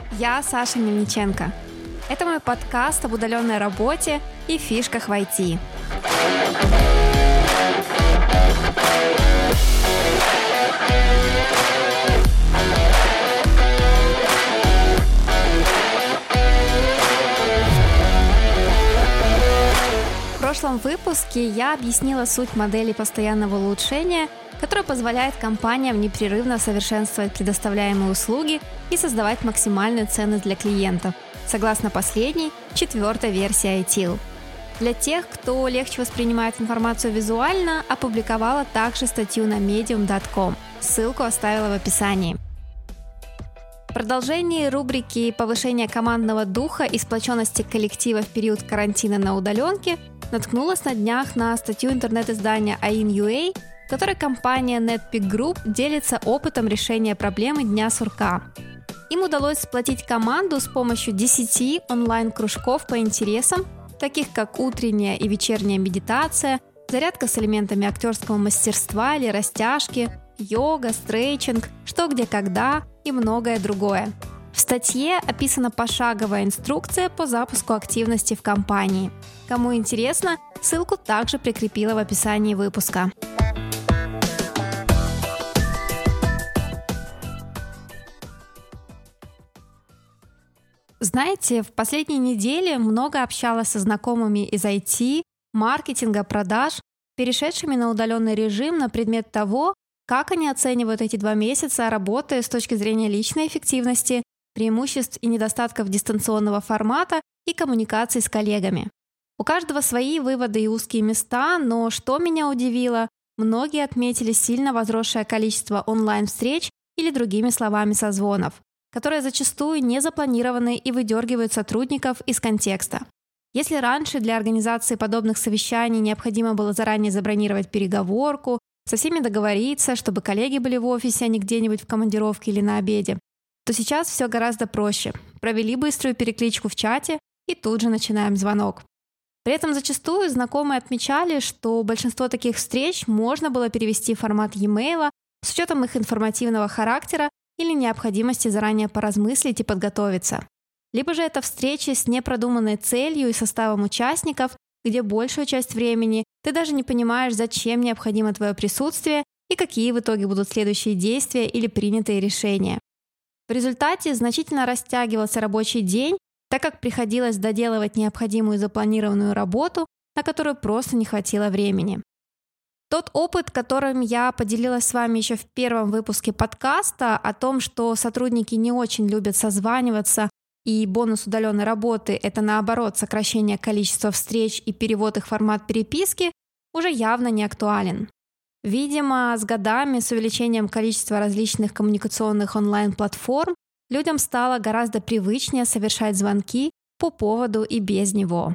Я Саша Мельниченко. Это мой подкаст об удаленной работе и фишках в IT. В прошлом выпуске я объяснила суть модели постоянного улучшения, которая позволяет компаниям непрерывно совершенствовать предоставляемые услуги и создавать максимальную ценность для клиентов, согласно последней, 4-й версии ITIL. Для тех, кто легче воспринимает информацию визуально, опубликовала также статью на medium.com. Ссылку оставила в описании. В продолжении рубрики «Повышение командного духа и сплоченности коллектива в период карантина на удаленке» наткнулась на днях на статью интернет-издания AIN.UA, в которой компания NetPeak Group делится опытом решения проблемы Дня сурка. Им удалось сплотить команду с помощью 10 онлайн-кружков по интересам, таких как утренняя и вечерняя медитация, зарядка с элементами актерского мастерства или растяжки, йога, стретчинг, что, где, когда и многое другое. В статье описана пошаговая инструкция по запуску активности в компании. Кому интересно, ссылку также прикрепила в описании выпуска. Знаете, в последние недели много общалась со знакомыми из IT, маркетинга, продаж, перешедшими на удаленный режим на предмет того, как они оценивают эти 2 месяца работы с точки зрения личной эффективности, преимуществ и недостатков дистанционного формата и коммуникации с коллегами. У каждого свои выводы и узкие места, но что меня удивило, многие отметили сильно возросшее количество онлайн-встреч или, другими словами, созвонов, которые зачастую не запланированы и выдергивают сотрудников из контекста. Если раньше для организации подобных совещаний необходимо было заранее забронировать переговорку, со всеми договориться, чтобы коллеги были в офисе, а не где-нибудь в командировке или на обеде, то сейчас все гораздо проще. Провели быструю перекличку в чате и тут же начинаем звонок. При этом зачастую знакомые отмечали, что большинство таких встреч можно было перевести в формат e-mail с учетом их информативного характера или необходимости заранее поразмыслить и подготовиться. Либо же это встречи с непродуманной целью и составом участников, где большую часть времени ты даже не понимаешь, зачем необходимо твое присутствие и какие в итоге будут следующие действия или принятые решения. В результате значительно растягивался рабочий день, так как приходилось доделывать необходимую запланированную работу, на которую просто не хватило времени. Тот опыт, которым я поделилась с вами еще в первом выпуске подкаста о том, что сотрудники не очень любят созваниваться, и бонус удаленной работы — это, наоборот, сокращение количества встреч и перевод их в формат переписки, уже явно не актуален. Видимо, с годами, с увеличением количества различных коммуникационных онлайн-платформ, людям стало гораздо привычнее совершать звонки по поводу и без него.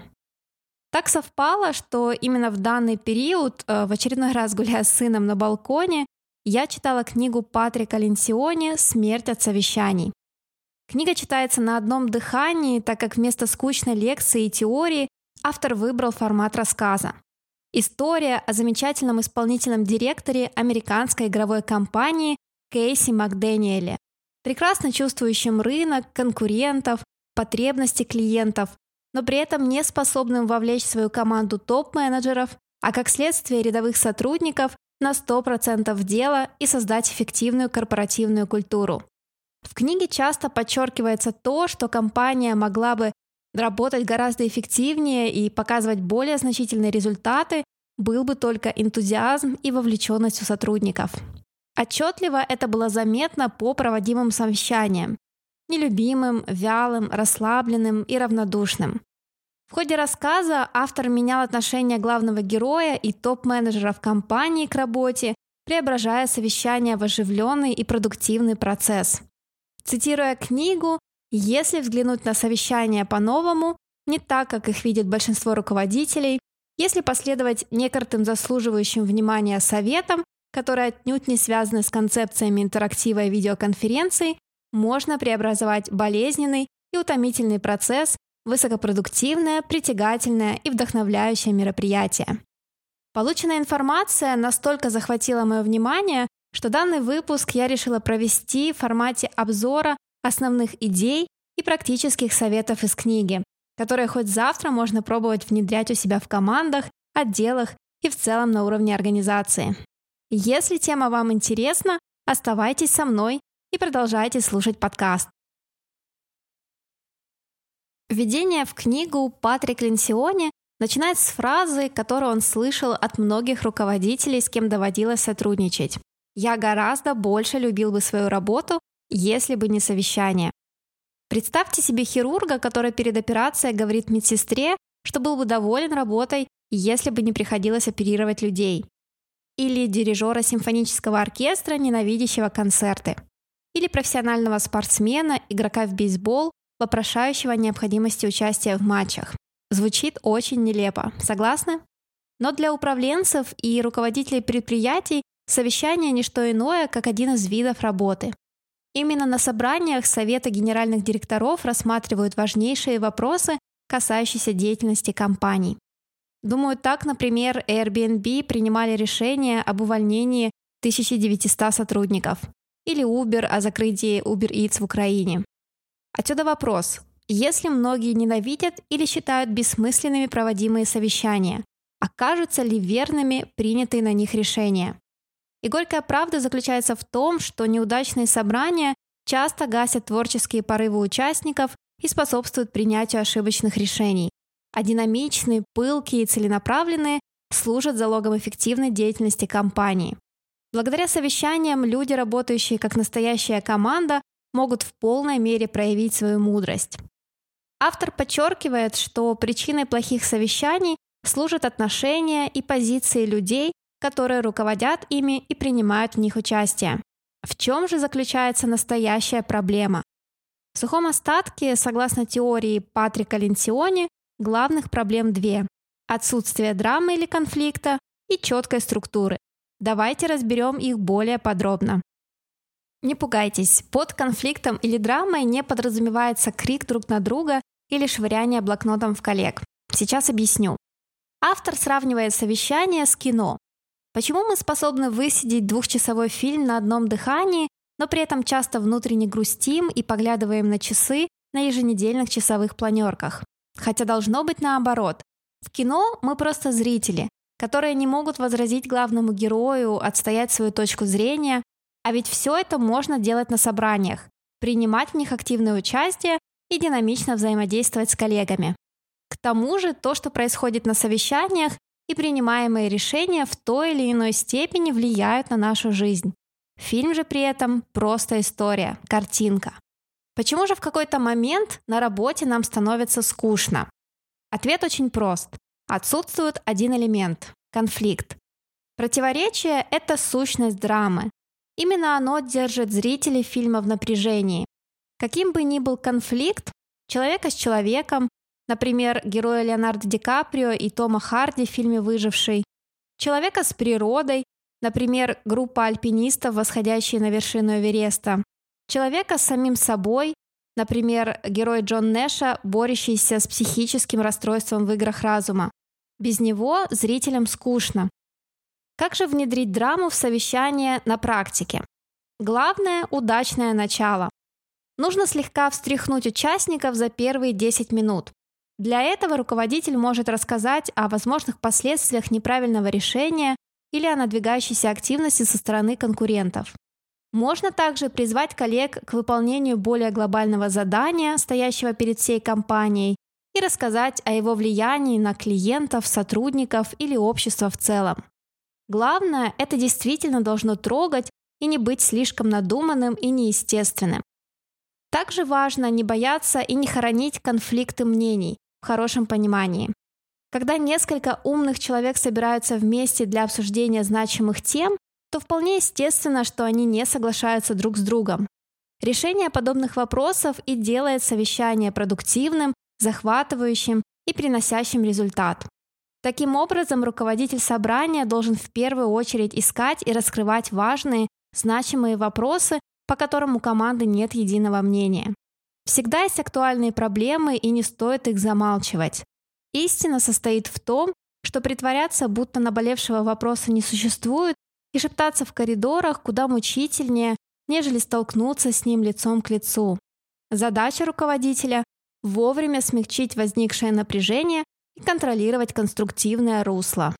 Так совпало, что именно в данный период, в очередной раз гуляя с сыном на балконе, я читала книгу Патрика Ленсиони «Смерть от совещаний». Книга читается на одном дыхании, так как вместо скучной лекции и теории автор выбрал формат рассказа. История о замечательном исполнительном директоре американской игровой компании Кейси Макдэниеле, прекрасно чувствующем рынок, конкурентов, потребности клиентов, но при этом не способным вовлечь в свою команду топ-менеджеров, а как следствие рядовых сотрудников на 100% в дело и создать эффективную корпоративную культуру. В книге часто подчеркивается то, что компания могла бы работать гораздо эффективнее и показывать более значительные результаты, был бы только энтузиазм и вовлеченность у сотрудников. Отчетливо это было заметно по проводимым совещаниям. Нелюбимым, вялым, расслабленным и равнодушным. В ходе рассказа автор менял отношение главного героя и топ-менеджеров компании к работе, преображая совещание в оживленный и продуктивный процесс. Цитируя книгу, если взглянуть на совещания по-новому, не так, как их видит большинство руководителей, если последовать некоторым заслуживающим внимания советам, которые отнюдь не связаны с концепциями интерактива и видеоконференций, можно преобразовать болезненный и утомительный процесс в высокопродуктивное, притягательное и вдохновляющее мероприятие. Полученная информация настолько захватила мое внимание, что данный выпуск я решила провести в формате обзора основных идей и практических советов из книги, которые хоть завтра можно пробовать внедрять у себя в командах, отделах и в целом на уровне организации. Если тема вам интересна, оставайтесь со мной и продолжайте слушать подкаст. Введение в книгу Патрик Ленсиони начинает с фразы, которую он слышал от многих руководителей, с кем доводилось сотрудничать. «Я гораздо больше любил бы свою работу, если бы не совещание». Представьте себе хирурга, который перед операцией говорит медсестре, что был бы доволен работой, если бы не приходилось оперировать людей. Или дирижера симфонического оркестра, ненавидящего концерты. Или профессионального спортсмена, игрока в бейсбол, вопрошающего о необходимости участия в матчах. Звучит очень нелепо, согласны? Но для управленцев и руководителей предприятий совещание – не что иное, как один из видов работы. Именно на собраниях Совета генеральных директоров рассматривают важнейшие вопросы, касающиеся деятельности компаний. Думаю, так, например, Airbnb принимали решение об увольнении 1900 сотрудников, или Uber о закрытии Uber Eats в Украине. Отсюда вопрос. Если многие ненавидят или считают бессмысленными проводимые совещания, окажутся ли верными принятые на них решения? И горькая правда заключается в том, что неудачные собрания часто гасят творческие порывы участников и способствуют принятию ошибочных решений, а динамичные, пылкие и целенаправленные служат залогом эффективной деятельности компании. Благодаря совещаниям люди, работающие как настоящая команда, могут в полной мере проявить свою мудрость. Автор подчеркивает, что причиной плохих совещаний служат отношения и позиции людей, которые руководят ими и принимают в них участие. В чем же заключается настоящая проблема? В сухом остатке, согласно теории Патрика Ленсиони, главных проблем две – отсутствие драмы или конфликта и четкой структуры. Давайте разберем их более подробно. Не пугайтесь, под конфликтом или драмой не подразумевается крик друг на друга или швыряние блокнотом в коллег. Сейчас объясню. Автор сравнивает совещание с кино. Почему мы способны высидеть 2-часовой фильм на одном дыхании, но при этом часто внутренне грустим и поглядываем на часы на еженедельных часовых планерках? Хотя должно быть наоборот. В кино мы просто зрители, которые не могут возразить главному герою, отстоять свою точку зрения, а ведь все это можно делать на собраниях, принимать в них активное участие и динамично взаимодействовать с коллегами. К тому же то, что происходит на совещаниях, и принимаемые решения в той или иной степени влияют на нашу жизнь. Фильм же при этом просто история, картинка. Почему же в какой-то момент на работе нам становится скучно? Ответ очень прост. Отсутствует один элемент – конфликт. Противоречие – это сущность драмы. Именно оно держит зрителей фильма в напряжении. Каким бы ни был конфликт, человека с человеком, например, героя Леонардо Ди Каприо и Тома Харди в фильме «Выживший», человека с природой, например, группа альпинистов, восходящие на вершину Эвереста, человека с самим собой, например, герой Джон Нэша, борющийся с психическим расстройством в играх разума. Без него зрителям скучно. Как же внедрить драму в совещание на практике? Главное – удачное начало. Нужно слегка встряхнуть участников за первые 10 минут. Для этого руководитель может рассказать о возможных последствиях неправильного решения или о надвигающейся активности со стороны конкурентов. Можно также призвать коллег к выполнению более глобального задания, стоящего перед всей компанией, и рассказать о его влиянии на клиентов, сотрудников или общество в целом. Главное, это действительно должно трогать и не быть слишком надуманным и неестественным. Также важно не бояться и не хоронить конфликты мнений, в хорошем понимании. Когда несколько умных человек собираются вместе для обсуждения значимых тем, то вполне естественно, что они не соглашаются друг с другом. Решение подобных вопросов и делает совещание продуктивным, захватывающим и приносящим результат. Таким образом, руководитель собрания должен в первую очередь искать и раскрывать важные, значимые вопросы, по которым у команды нет единого мнения. Всегда есть актуальные проблемы, и не стоит их замалчивать. Истина состоит в том, что притворяться, будто наболевшего вопроса не существует, и шептаться в коридорах куда мучительнее, нежели столкнуться с ним лицом к лицу. Задача руководителя – вовремя смягчить возникшее напряжение и контролировать конструктивное русло.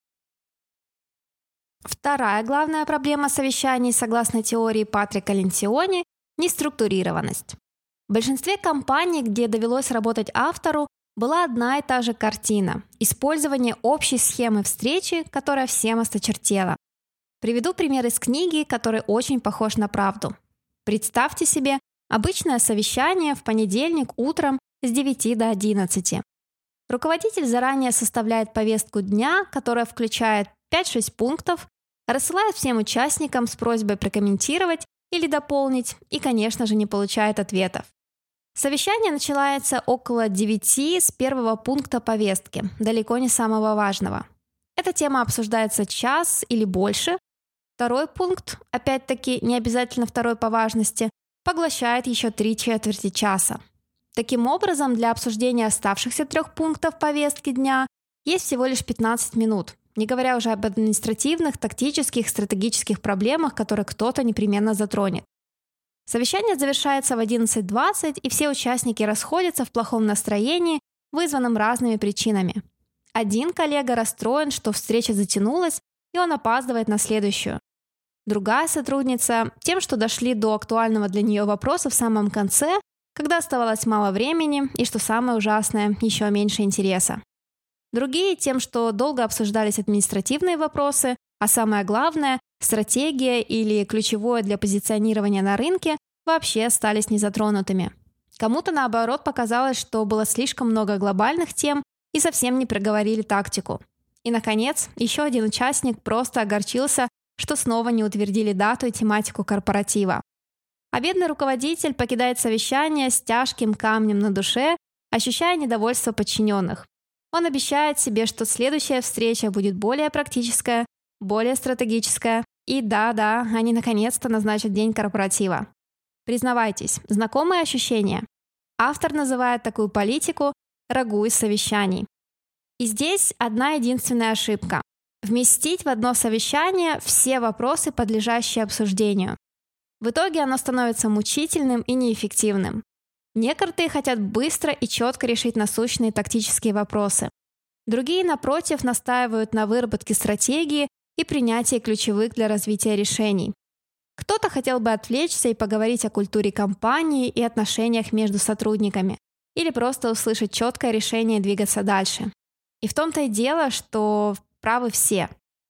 Вторая главная проблема совещаний, согласно теории Патрика Ленсиони – неструктурированность. В большинстве компаний, где довелось работать автору, была одна и та же картина – использование общей схемы встречи, которая всем осточертела. Приведу пример из книги, который очень похож на правду. Представьте себе обычное совещание в понедельник утром с 9 до 11. Руководитель заранее составляет повестку дня, которая включает 5-6 пунктов, рассылает всем участникам с просьбой прокомментировать или дополнить и, конечно же, не получает ответов. Совещание начинается около 9 с первого пункта повестки, далеко не самого важного. Эта тема обсуждается час или больше. Второй пункт, опять-таки не обязательно второй по важности, поглощает еще 3/4 часа. Таким образом, для обсуждения оставшихся 3 пунктов повестки дня есть всего лишь 15 минут, не говоря уже об административных, тактических, стратегических проблемах, которые кто-то непременно затронет. Совещание завершается в 11:20, и все участники расходятся в плохом настроении, вызванном разными причинами. Один коллега расстроен, что встреча затянулась, и он опаздывает на следующую. Другая сотрудница тем, что дошли до актуального для нее вопроса в самом конце, когда оставалось мало времени и, что самое ужасное, еще меньше интереса. Другие тем, что долго обсуждались административные вопросы, а самое главное, стратегия или ключевое для позиционирования на рынке вообще остались незатронутыми. Кому-то, наоборот, показалось, что было слишком много глобальных тем и совсем не проговорили тактику. И, наконец, еще один участник просто огорчился, что снова не утвердили дату и тематику корпоратива. А бедный руководитель покидает совещание с тяжким камнем на душе, ощущая недовольство подчиненных. Он обещает себе, что следующая встреча будет более практическая, более стратегическая, и да, они наконец-то назначат день корпоратива. Признавайтесь, знакомые ощущения? Автор называет такую политику «рагу из совещаний». И здесь одна единственная ошибка – вместить в одно совещание все вопросы, подлежащие обсуждению. В итоге оно становится мучительным и неэффективным. Некоторые хотят быстро и четко решить насущные тактические вопросы. Другие, напротив, настаивают на выработке стратегии и принятии ключевых для развития решений. Кто-то хотел бы отвлечься и поговорить о культуре компании и отношениях между сотрудниками, или просто услышать четкое решение и двигаться дальше. И в том-то и дело, что правы все.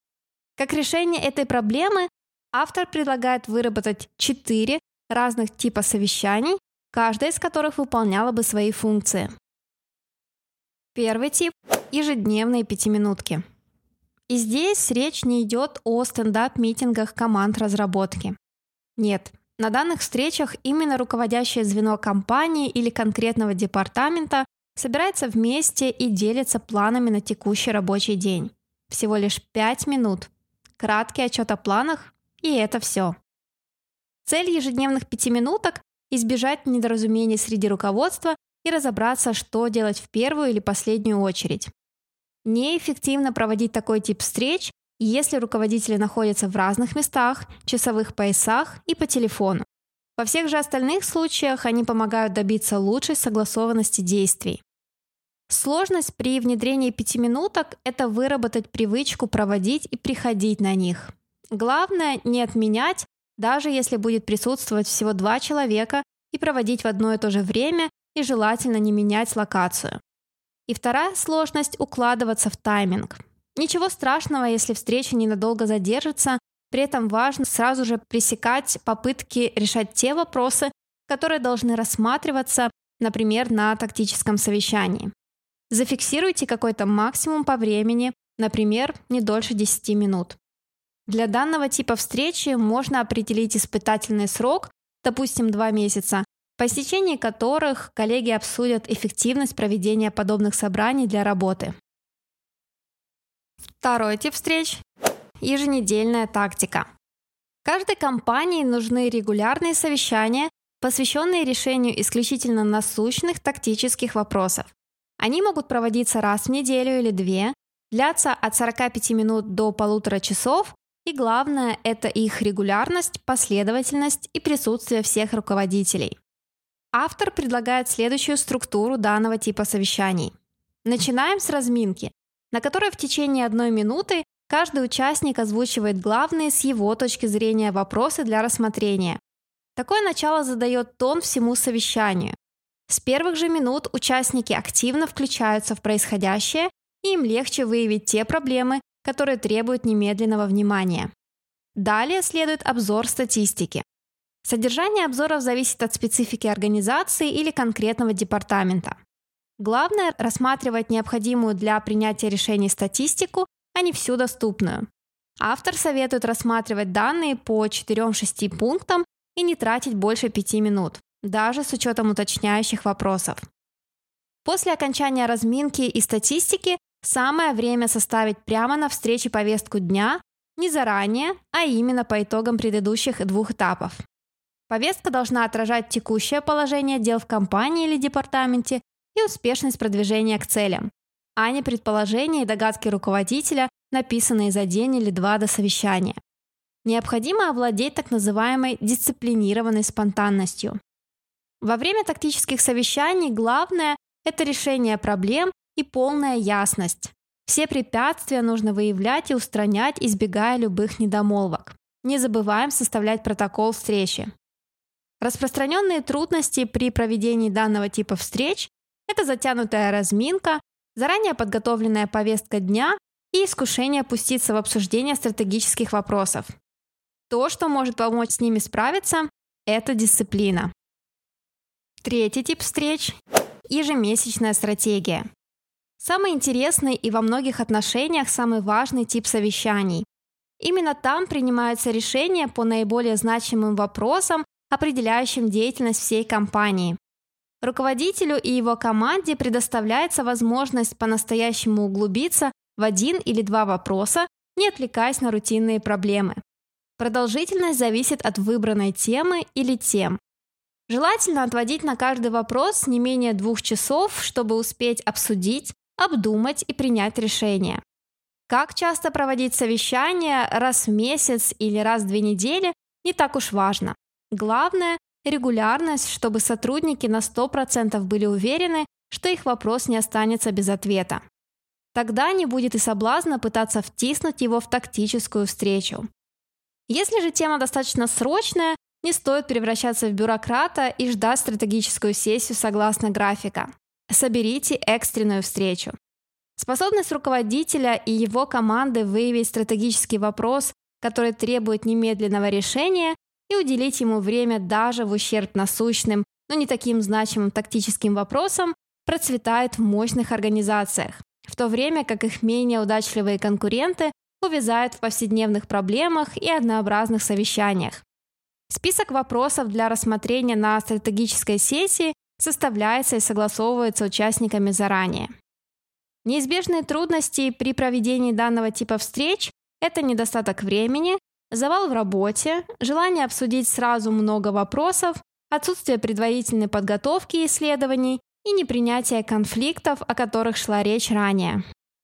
Как решение этой проблемы автор предлагает выработать 4 разных типа совещаний, каждая из которых выполняла бы свои функции. Первый тип – ежедневные 5-минутки. И здесь речь не идет о стендап-митингах команд разработки. Нет, на данных встречах именно руководящее звено компании или конкретного департамента собирается вместе и делится планами на текущий рабочий день. Всего лишь 5 минут. Краткий отчет о планах, и это все. Цель ежедневных 5 минуток – избежать недоразумений среди руководства и разобраться, что делать в первую или последнюю очередь. Неэффективно проводить такой тип встреч, если руководители находятся в разных местах, часовых поясах и по телефону. Во всех же остальных случаях они помогают добиться лучшей согласованности действий. Сложность при внедрении 5 минуток – это выработать привычку проводить и приходить на них. Главное – не отменять, даже если будет присутствовать всего 2 человека, и проводить в одно и то же время, и желательно не менять локацию. И вторая сложность – укладываться в тайминг. Ничего страшного, если встреча ненадолго задержится, при этом важно сразу же пресекать попытки решать те вопросы, которые должны рассматриваться, например, на тактическом совещании. Зафиксируйте какой-то максимум по времени, например, не дольше 10 минут. Для данного типа встречи можно определить испытательный срок, допустим, 2 месяца, по истечении которых коллеги обсудят эффективность проведения подобных собраний для работы. Второй тип встреч – еженедельная тактика. Каждой компании нужны регулярные совещания, посвященные решению исключительно насущных тактических вопросов. Они могут проводиться раз в неделю или 2, длятся от 45 минут до 1,5 часов, и главное – это их регулярность, последовательность и присутствие всех руководителей. Автор предлагает следующую структуру данного типа совещаний. Начинаем с разминки, на которой в течение 1 минуты каждый участник озвучивает главные с его точки зрения вопросы для рассмотрения. Такое начало задает тон всему совещанию. С первых же минут участники активно включаются в происходящее, и им легче выявить те проблемы, которые требуют немедленного внимания. Далее следует обзор статистики. Содержание обзоров зависит от специфики организации или конкретного департамента. Главное – рассматривать необходимую для принятия решений статистику, а не всю доступную. Автор советует рассматривать данные по 4-6 пунктам и не тратить больше 5 минут, даже с учетом уточняющих вопросов. После окончания разминки и статистики самое время составить прямо на встрече повестку дня, не заранее, а именно по итогам предыдущих 2 этапов. Повестка должна отражать текущее положение дел в компании или департаменте и успешность продвижения к целям, а не предположения и догадки руководителя, написанные за день или 2 до совещания. Необходимо овладеть так называемой дисциплинированной спонтанностью. Во время тактических совещаний главное – это решение проблем и полная ясность. Все препятствия нужно выявлять и устранять, избегая любых недомолвок. Не забываем составлять протокол встречи. Распространенные трудности при проведении данного типа встреч – это затянутая разминка, заранее подготовленная повестка дня и искушение пуститься в обсуждение стратегических вопросов. То, что может помочь с ними справиться – это дисциплина. Третий тип встреч – ежемесячная стратегия. Самый интересный и во многих отношениях самый важный тип совещаний. Именно там принимаются решения по наиболее значимым вопросам, определяющим деятельность всей компании. Руководителю и его команде предоставляется возможность по-настоящему углубиться в 1 или 2 вопроса, не отвлекаясь на рутинные проблемы. Продолжительность зависит от выбранной темы или тем. Желательно отводить на каждый вопрос не менее 2 часов, чтобы успеть обсудить, обдумать и принять решение. Как часто проводить совещания, раз в месяц или раз в 2 недели, не так уж важно. Главное – регулярность, чтобы сотрудники на 100% были уверены, что их вопрос не останется без ответа. Тогда не будет и соблазна пытаться втиснуть его в тактическую встречу. Если же тема достаточно срочная, не стоит превращаться в бюрократа и ждать стратегическую сессию согласно графика. Соберите экстренную встречу. Способность руководителя и его команды выявить стратегический вопрос, который требует немедленного решения, и уделить ему время даже в ущерб насущным, но не таким значимым тактическим вопросам, процветает в мощных организациях, в то время как их менее удачливые конкуренты увязают в повседневных проблемах и однообразных совещаниях. Список вопросов для рассмотрения на стратегической сессии составляется и согласовывается участниками заранее. Неизбежные трудности при проведении данного типа встреч – это недостаток времени, завал в работе, желание обсудить сразу много вопросов, отсутствие предварительной подготовки и исследований и непринятие конфликтов, о которых шла речь ранее.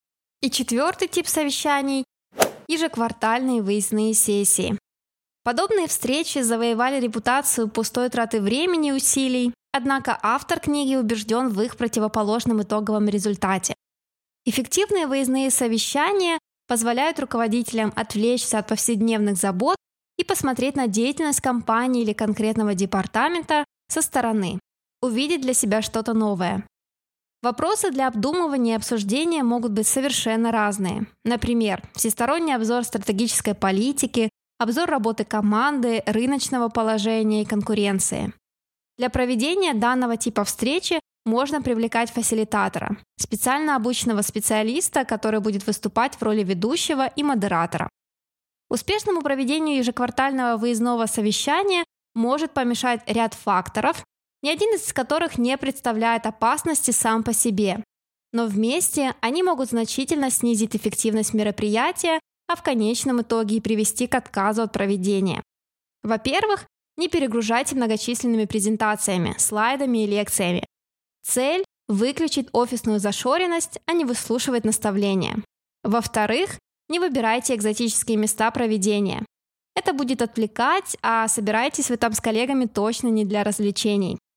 И 4-й тип совещаний – ежеквартальные выездные сессии. Подобные встречи завоевали репутацию пустой траты времени и усилий, однако автор книги убежден в их противоположном итоговом результате. Эффективные выездные совещания позволяют руководителям отвлечься от повседневных забот и посмотреть на деятельность компании или конкретного департамента со стороны, увидеть для себя что-то новое. Вопросы для обдумывания и обсуждения могут быть совершенно разные. Например, всесторонний обзор стратегической политики, обзор работы команды, рыночного положения и конкуренции. Для проведения данного типа встречи можно привлекать фасилитатора, специально обученного специалиста, который будет выступать в роли ведущего и модератора. Успешному проведению ежеквартального выездного совещания может помешать ряд факторов, ни один из которых не представляет опасности сам по себе. Но вместе они могут значительно снизить эффективность мероприятия, а в конечном итоге и привести к отказу от проведения. Во-первых, не перегружайте многочисленными презентациями, слайдами и лекциями. Цель – выключить офисную зашоренность, а не выслушивать наставления. Во-вторых, не выбирайте экзотические места проведения. Это будет отвлекать, а собираетесь вы там с коллегами точно не для развлечений.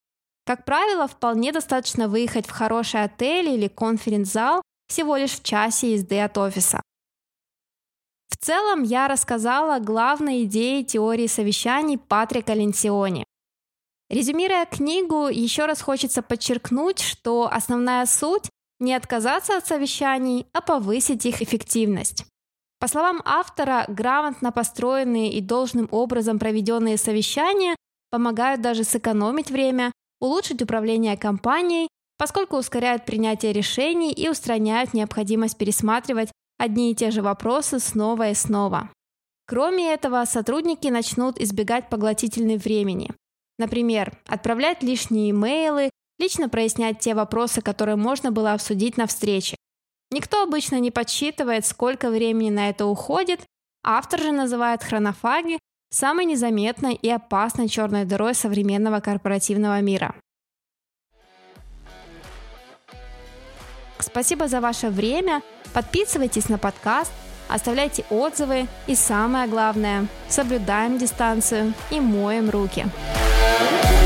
Как правило, вполне достаточно выехать в хороший отель или конференц-зал всего лишь в часе езды от офиса. В целом, я рассказала главные идеи теории совещаний Патрика Ленсиони. Резюмируя книгу, еще раз хочется подчеркнуть, что основная суть – не отказаться от совещаний, а повысить их эффективность. По словам автора, грамотно построенные и должным образом проведенные совещания помогают даже сэкономить время, улучшить управление компанией, поскольку ускоряют принятие решений и устраняют необходимость пересматривать одни и те же вопросы снова и снова. Кроме этого, сотрудники начнут избегать поглотительного времени. Например, отправлять лишние имейлы, лично прояснять те вопросы, которые можно было обсудить на встрече. Никто обычно не подсчитывает, сколько времени на это уходит, автор же называет хронофаги самой незаметной и опасной черной дырой современного корпоративного мира. Спасибо за ваше время, подписывайтесь на подкаст, оставляйте отзывы и самое главное, соблюдаем дистанцию и моем руки.